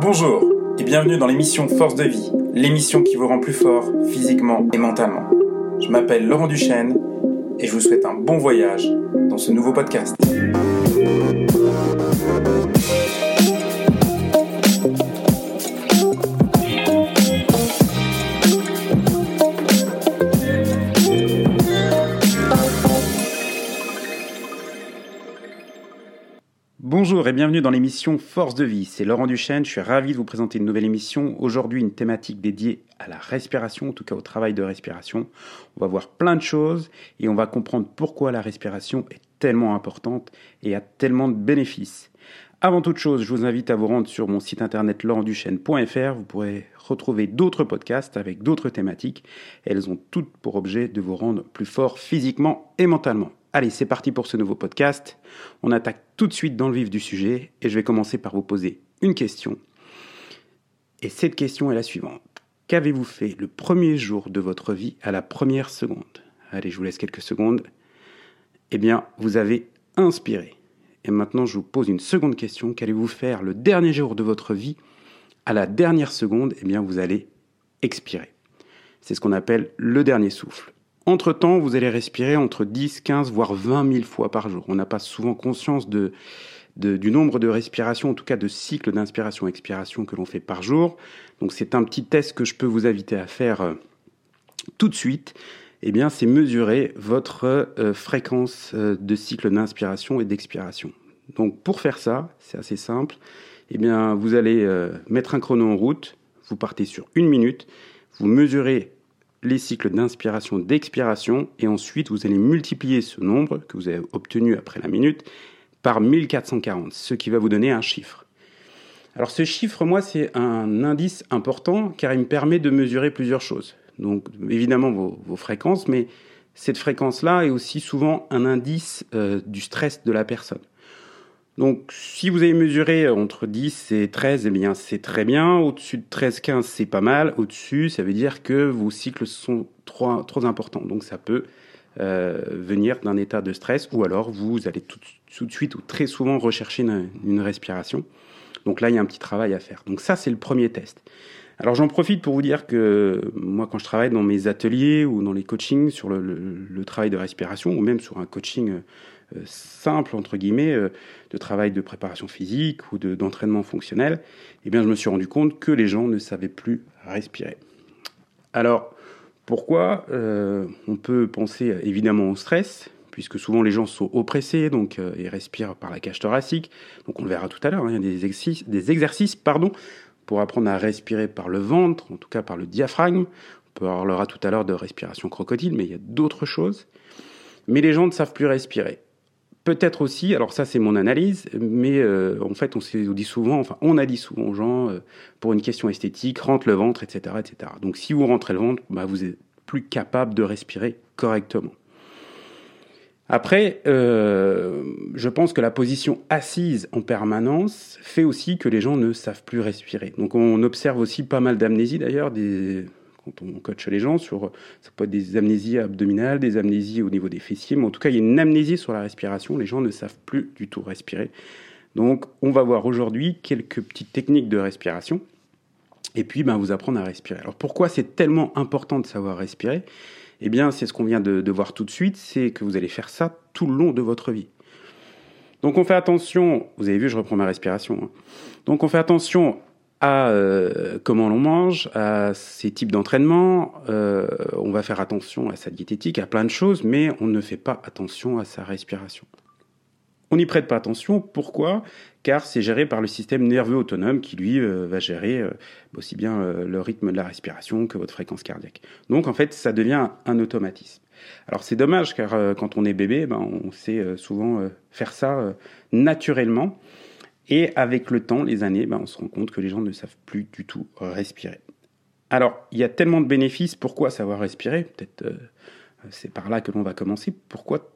Bonjour et bienvenue dans l'émission Force de Vie, l'émission qui vous rend plus fort physiquement et mentalement. Je m'appelle Laurent Duchesne et je vous souhaite un bon voyage dans ce nouveau podcast. Bonjour et bienvenue dans l'émission Force de Vie, c'est Laurent Duchesne, je suis ravi de vous présenter une nouvelle émission. Aujourd'hui une thématique dédiée à la respiration, en tout cas au travail de respiration. On va voir plein de choses et on va comprendre pourquoi la respiration est tellement importante et a tellement de bénéfices. Avant toute chose, je vous invite à vous rendre sur mon site internet laurentduchesne.fr. Vous pourrez retrouver d'autres podcasts avec d'autres thématiques. Elles ont toutes pour objet de vous rendre plus fort physiquement et mentalement. Allez, c'est parti pour ce nouveau podcast. On attaque tout de suite dans le vif du sujet et je vais commencer par vous poser une question. Et cette question est la suivante. Qu'avez-vous fait le premier jour de votre vie à la première seconde ? Allez, je vous laisse quelques secondes. Eh bien, vous avez inspiré. Et maintenant, je vous pose une seconde question. Qu'allez-vous faire le dernier jour de votre vie ? À la dernière seconde, eh bien, vous allez expirer. C'est ce qu'on appelle le dernier souffle. Entre-temps, vous allez respirer entre 10, 15, voire 20 000 fois par jour. On n'a pas souvent conscience du nombre de respirations, en tout cas de cycles d'inspiration-expiration que l'on fait par jour. Donc c'est un petit test que je peux vous inviter à faire tout de suite. Eh bien, c'est mesurer votre fréquence de cycle d'inspiration et d'expiration. Donc pour faire ça, c'est assez simple. Eh bien, vous allez mettre un chrono en route. Vous partez sur 1 minute. Vous mesurez les cycles d'inspiration, d'expiration, et ensuite vous allez multiplier ce nombre que vous avez obtenu après la minute par 1440, ce qui va vous donner un chiffre. Alors ce chiffre, moi, c'est un indice important car il me permet de mesurer plusieurs choses. Donc évidemment vos fréquences, mais cette fréquence-là est aussi souvent un indice du stress de la personne. Donc, si vous avez mesuré entre 10 et 13, eh bien, c'est très bien. Au-dessus de 13, 15, c'est pas mal. Au-dessus, ça veut dire que vos cycles sont trop importants. Donc, ça peut venir d'un état de stress ou alors vous allez tout de suite ou très souvent rechercher une respiration. Donc là, il y a un petit travail à faire. Donc ça, c'est le premier test. Alors, j'en profite pour vous dire que moi, quand je travaille dans mes ateliers ou dans les coachings sur le travail de respiration ou même sur un coaching simple, entre guillemets, de travail de préparation physique ou d'entraînement fonctionnel, eh bien, je me suis rendu compte que les gens ne savaient plus respirer. Alors, pourquoi ? On peut penser évidemment au stress, puisque souvent les gens sont oppressés, donc ils respirent par la cage thoracique. Donc on le verra tout à l'heure, il y a des exercices pour apprendre à respirer par le ventre, en tout cas par le diaphragme. On parlera tout à l'heure de respiration crocodile, mais il y a d'autres choses. Mais les gens ne savent plus respirer. Peut-être aussi, alors ça c'est mon analyse, mais en fait on a dit souvent aux gens, pour une question esthétique, rentre le ventre, etc., etc. Donc si vous rentrez le ventre, vous êtes plus capable de respirer correctement. Après, je pense que la position assise en permanence fait aussi que les gens ne savent plus respirer. Donc on observe aussi pas mal d'amnésie d'ailleurs, quand on coache les gens, ça peut être des amnésies abdominales, des amnésies au niveau des fessiers, mais en tout cas, il y a une amnésie sur la respiration. Les gens ne savent plus du tout respirer. Donc, on va voir aujourd'hui quelques petites techniques de respiration et puis vous apprendre à respirer. Alors, pourquoi c'est tellement important de savoir respirer ? Eh bien, c'est ce qu'on vient de voir tout de suite, c'est que vous allez faire ça tout le long de votre vie. Donc, on fait attention, vous avez vu, je reprends ma respiration. Donc, on fait attention à comment l'on mange, à ces types d'entraînement, on va faire attention à sa diététique, à plein de choses, mais on ne fait pas attention à sa respiration. On n'y prête pas attention, pourquoi ? Car c'est géré par le système nerveux autonome qui, lui, va gérer aussi bien le rythme de la respiration que votre fréquence cardiaque. Donc, en fait, ça devient un automatisme. Alors, c'est dommage, car quand on est bébé, on sait souvent faire ça naturellement. Et avec le temps, les années, on se rend compte que les gens ne savent plus du tout respirer. Alors, il y a tellement de bénéfices. Pourquoi savoir respirer ? Peut-être c'est par là que l'on va commencer. Pourquoi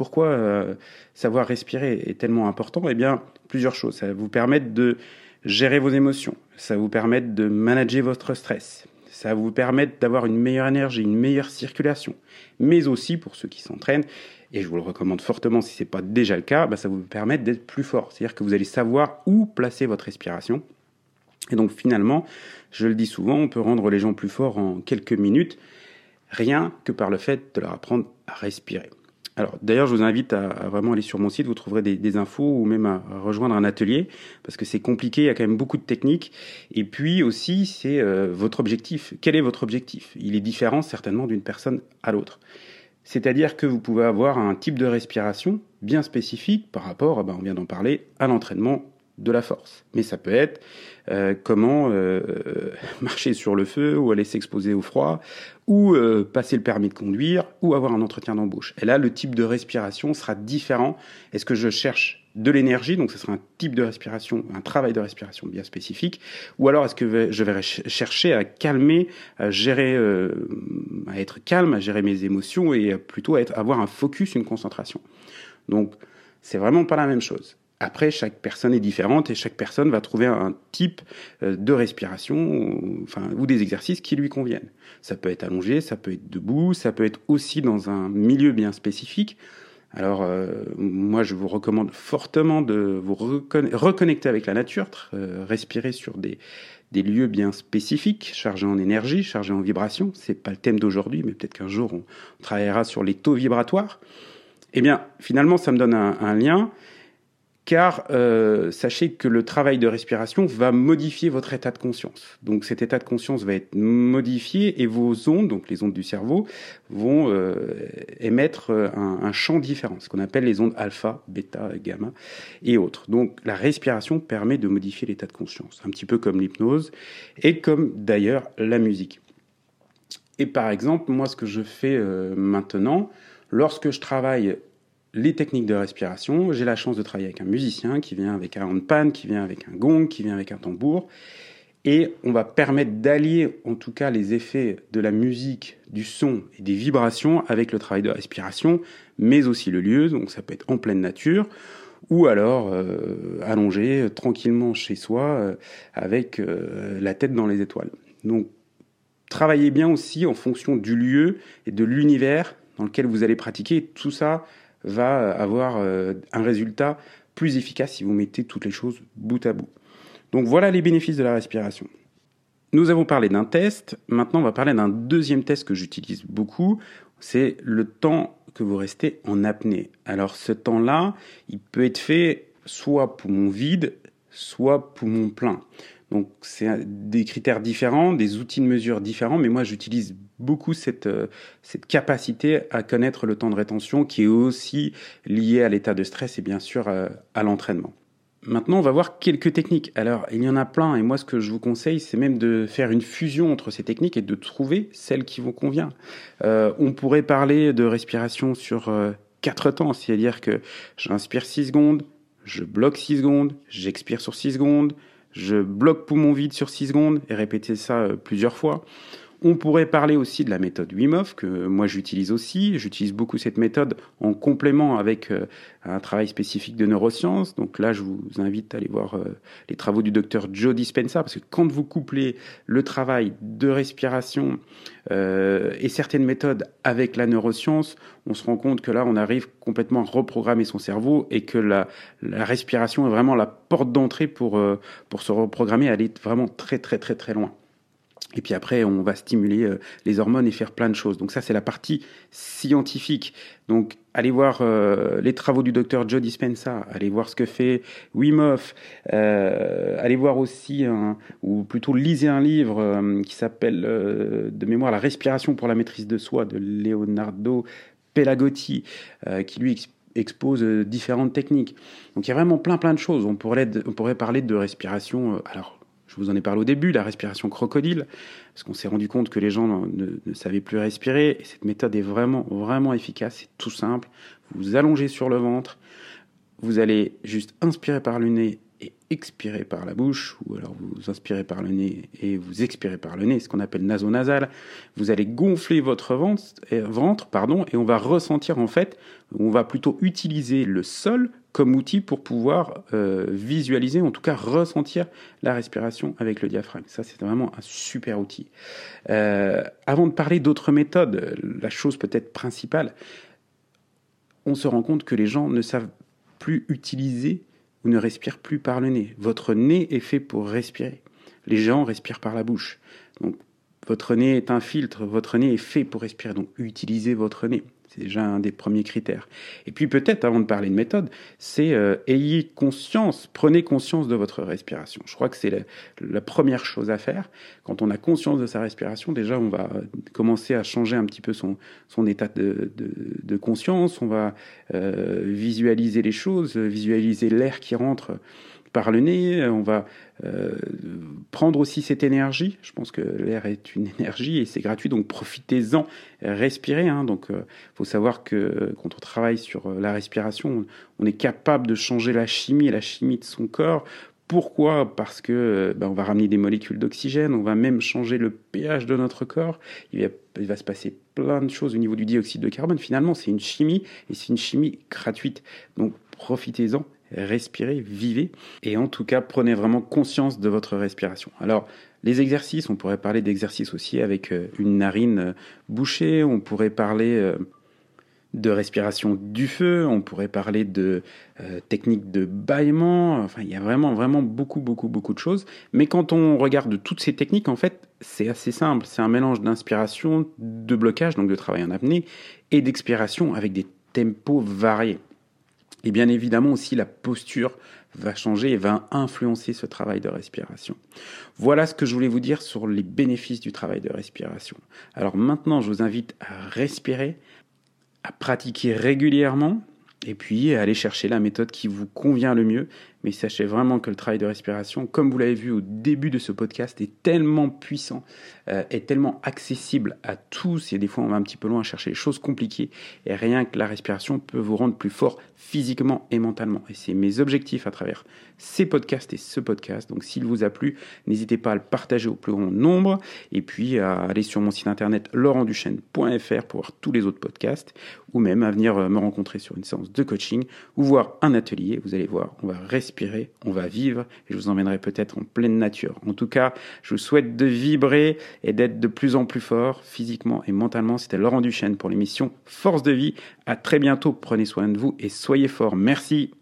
savoir respirer est tellement important ? Eh bien, plusieurs choses. Ça va vous permettre de gérer vos émotions. Ça va vous permettre de manager votre stress. Ça va vous permettre d'avoir une meilleure énergie, une meilleure circulation. Mais aussi, pour ceux qui s'entraînent, et je vous le recommande fortement si ce n'est pas déjà le cas, ça va vous permettre d'être plus fort. C'est-à-dire que vous allez savoir où placer votre respiration Et donc finalement, je le dis souvent, on peut rendre les gens plus forts en quelques minutes, rien que par le fait de leur apprendre à respirer. Alors d'ailleurs, je vous invite à vraiment aller sur mon site, vous trouverez des infos ou même à rejoindre un atelier, parce que c'est compliqué, il y a quand même beaucoup de techniques. Et puis aussi, c'est votre objectif. Quel est votre objectif? Il est différent certainement d'une personne à l'autre. C'est-à-dire que vous pouvez avoir un type de respiration bien spécifique par rapport, on vient d'en parler, à l'entraînement de la force. Mais ça peut être comment marcher sur le feu ou aller s'exposer au froid ou passer le permis de conduire ou avoir un entretien d'embauche. Et là, le type de respiration sera différent. Est-ce que je cherche de l'énergie, donc ce sera un type de respiration, un travail de respiration bien spécifique, ou alors est-ce que je vais chercher à calmer, à gérer, à être calme, à gérer mes émotions et plutôt avoir un focus, une concentration. Donc, c'est vraiment pas la même chose. Après, chaque personne est différente et chaque personne va trouver un type de respiration ou des exercices qui lui conviennent. Ça peut être allongé, ça peut être debout, ça peut être aussi dans un milieu bien spécifique. Alors, moi, je vous recommande fortement de vous reconnecter avec la nature, respirer sur des lieux bien spécifiques, chargés en énergie, chargés en vibration. C'est pas le thème d'aujourd'hui, mais peut-être qu'un jour, on travaillera sur les taux vibratoires. Eh bien, finalement, ça me donne un lien. Car sachez que le travail de respiration va modifier votre état de conscience. Donc cet état de conscience va être modifié et vos ondes, donc les ondes du cerveau, vont émettre un champ différent, ce qu'on appelle les ondes alpha, bêta, gamma et autres. Donc la respiration permet de modifier l'état de conscience, un petit peu comme l'hypnose et comme d'ailleurs la musique. Et par exemple, moi ce que je fais maintenant, lorsque je travaille les techniques de respiration, j'ai la chance de travailler avec un musicien qui vient avec un handpan, qui vient avec un gong, qui vient avec un tambour. Et on va permettre d'allier en tout cas les effets de la musique, du son et des vibrations avec le travail de respiration, mais aussi le lieu, donc ça peut être en pleine nature, ou alors allongé tranquillement chez soi avec la tête dans les étoiles. Donc travaillez bien aussi en fonction du lieu et de l'univers dans lequel vous allez pratiquer. Tout ça va avoir un résultat plus efficace si vous mettez toutes les choses bout à bout. Donc voilà les bénéfices de la respiration. Nous avons parlé d'un test, maintenant on va parler d'un deuxième test que j'utilise beaucoup, c'est le temps que vous restez en apnée. Alors ce temps-là, il peut être fait soit poumon vide, soit poumon plein. Donc c'est des critères différents, des outils de mesure différents, mais moi j'utilise beaucoup cette capacité à connaître le temps de rétention qui est aussi lié à l'état de stress et bien sûr à l'entraînement. Maintenant, on va voir quelques techniques. Alors, il y en a plein, et moi, ce que je vous conseille, c'est même de faire une fusion entre ces techniques et de trouver celle qui vous convient. On pourrait parler de respiration sur 4 temps, c'est-à-dire que j'inspire 6 secondes, je bloque 6 secondes, j'expire sur 6 secondes, je bloque poumon vide sur 6 secondes, et répéter ça plusieurs fois. On pourrait parler aussi de la méthode Wim Hof, que moi j'utilise aussi. J'utilise beaucoup cette méthode en complément avec un travail spécifique de neurosciences. Donc là, je vous invite à aller voir les travaux du docteur Joe Dispenza, parce que quand vous couplez le travail de respiration et certaines méthodes avec la neuroscience, on se rend compte que là, on arrive complètement à reprogrammer son cerveau et que la respiration est vraiment la porte d'entrée pour se reprogrammer, aller vraiment très très très très loin. Et puis après, on va stimuler les hormones et faire plein de choses. Donc ça, c'est la partie scientifique. Donc allez voir les travaux du docteur Joe Dispenza, allez voir ce que fait Wim Hof, allez voir aussi, ou plutôt lisez un livre qui s'appelle de mémoire La respiration pour la maîtrise de soi de Leonardo Pelagotti, qui lui expose différentes techniques. Donc il y a vraiment plein de choses. On pourrait parler de respiration, je vous en ai parlé au début, la respiration crocodile, parce qu'on s'est rendu compte que les gens ne savaient plus respirer. Et cette méthode est vraiment, vraiment efficace. C'est tout simple. Vous allongez sur le ventre. Vous allez juste inspirer par le nez et expirer par la bouche. Ou alors vous inspirez par le nez et vous expirez par le nez, ce qu'on appelle nasonasal. Vous allez gonfler votre ventre, et on va ressentir en fait, on va plutôt utiliser le sol comme outil pour pouvoir visualiser, en tout cas ressentir la respiration avec le diaphragme. Ça, c'est vraiment un super outil. Avant de parler d'autres méthodes, la chose peut-être principale, on se rend compte que les gens ne savent plus utiliser ou ne respirent plus par le nez. Votre nez est fait pour respirer. les gens respirent par la bouche. Donc, votre nez est un filtre, votre nez est fait pour respirer, donc utilisez votre nez. C'est déjà un des premiers critères. Et puis peut-être, avant de parler de méthode, c'est ayez conscience, prenez conscience de votre respiration. Je crois que c'est la première chose à faire. Quand on a conscience de sa respiration, déjà, on va commencer à changer un petit peu son état de conscience. On va visualiser les choses, visualiser l'air qui rentre par le nez, on va prendre aussi cette énergie. Je pense que l'air est une énergie et c'est gratuit, donc profitez-en, respirez. Donc, faut savoir que quand on travaille sur la respiration, on est capable de changer la chimie de son corps. Pourquoi ? Parce que on va ramener des molécules d'oxygène, on va même changer le pH de notre corps. Il va se passer plein de choses au niveau du dioxyde de carbone. Finalement, c'est une chimie et c'est une chimie gratuite. Donc, profitez-en. Respirez, vivez, et en tout cas, prenez vraiment conscience de votre respiration. Alors, les exercices, on pourrait parler d'exercices aussi avec une narine bouchée, on pourrait parler de respiration du feu, on pourrait parler de techniques de bâillement, enfin, il y a vraiment beaucoup de choses. Mais quand on regarde toutes ces techniques, en fait, c'est assez simple. C'est un mélange d'inspiration, de blocage, donc de travail en apnée, et d'expiration avec des tempos variés. Et bien évidemment aussi, la posture va changer et va influencer ce travail de respiration. Voilà ce que je voulais vous dire sur les bénéfices du travail de respiration. Alors maintenant, je vous invite à respirer, à pratiquer régulièrement et puis à aller chercher la méthode qui vous convient le mieux. Mais sachez vraiment que le travail de respiration, comme vous l'avez vu au début de ce podcast, est tellement puissant, est tellement accessible à tous. Et des fois, on va un petit peu loin à chercher les choses compliquées. Et rien que la respiration peut vous rendre plus fort physiquement et mentalement. Et c'est mes objectifs à travers ces podcasts et ce podcast. Donc, s'il vous a plu, n'hésitez pas à le partager au plus grand nombre. Et puis, à aller sur mon site internet laurentduchesne.fr pour voir tous les autres podcasts. Ou même à venir me rencontrer sur une séance de coaching ou voir un atelier. Vous allez voir, on va respirer, on va vivre et je vous emmènerai peut-être en pleine nature. En tout cas, je vous souhaite de vibrer et d'être de plus en plus fort physiquement et mentalement. C'était Laurent Duchesne pour l'émission Force de vie. À très bientôt. Prenez soin de vous et soyez forts. Merci.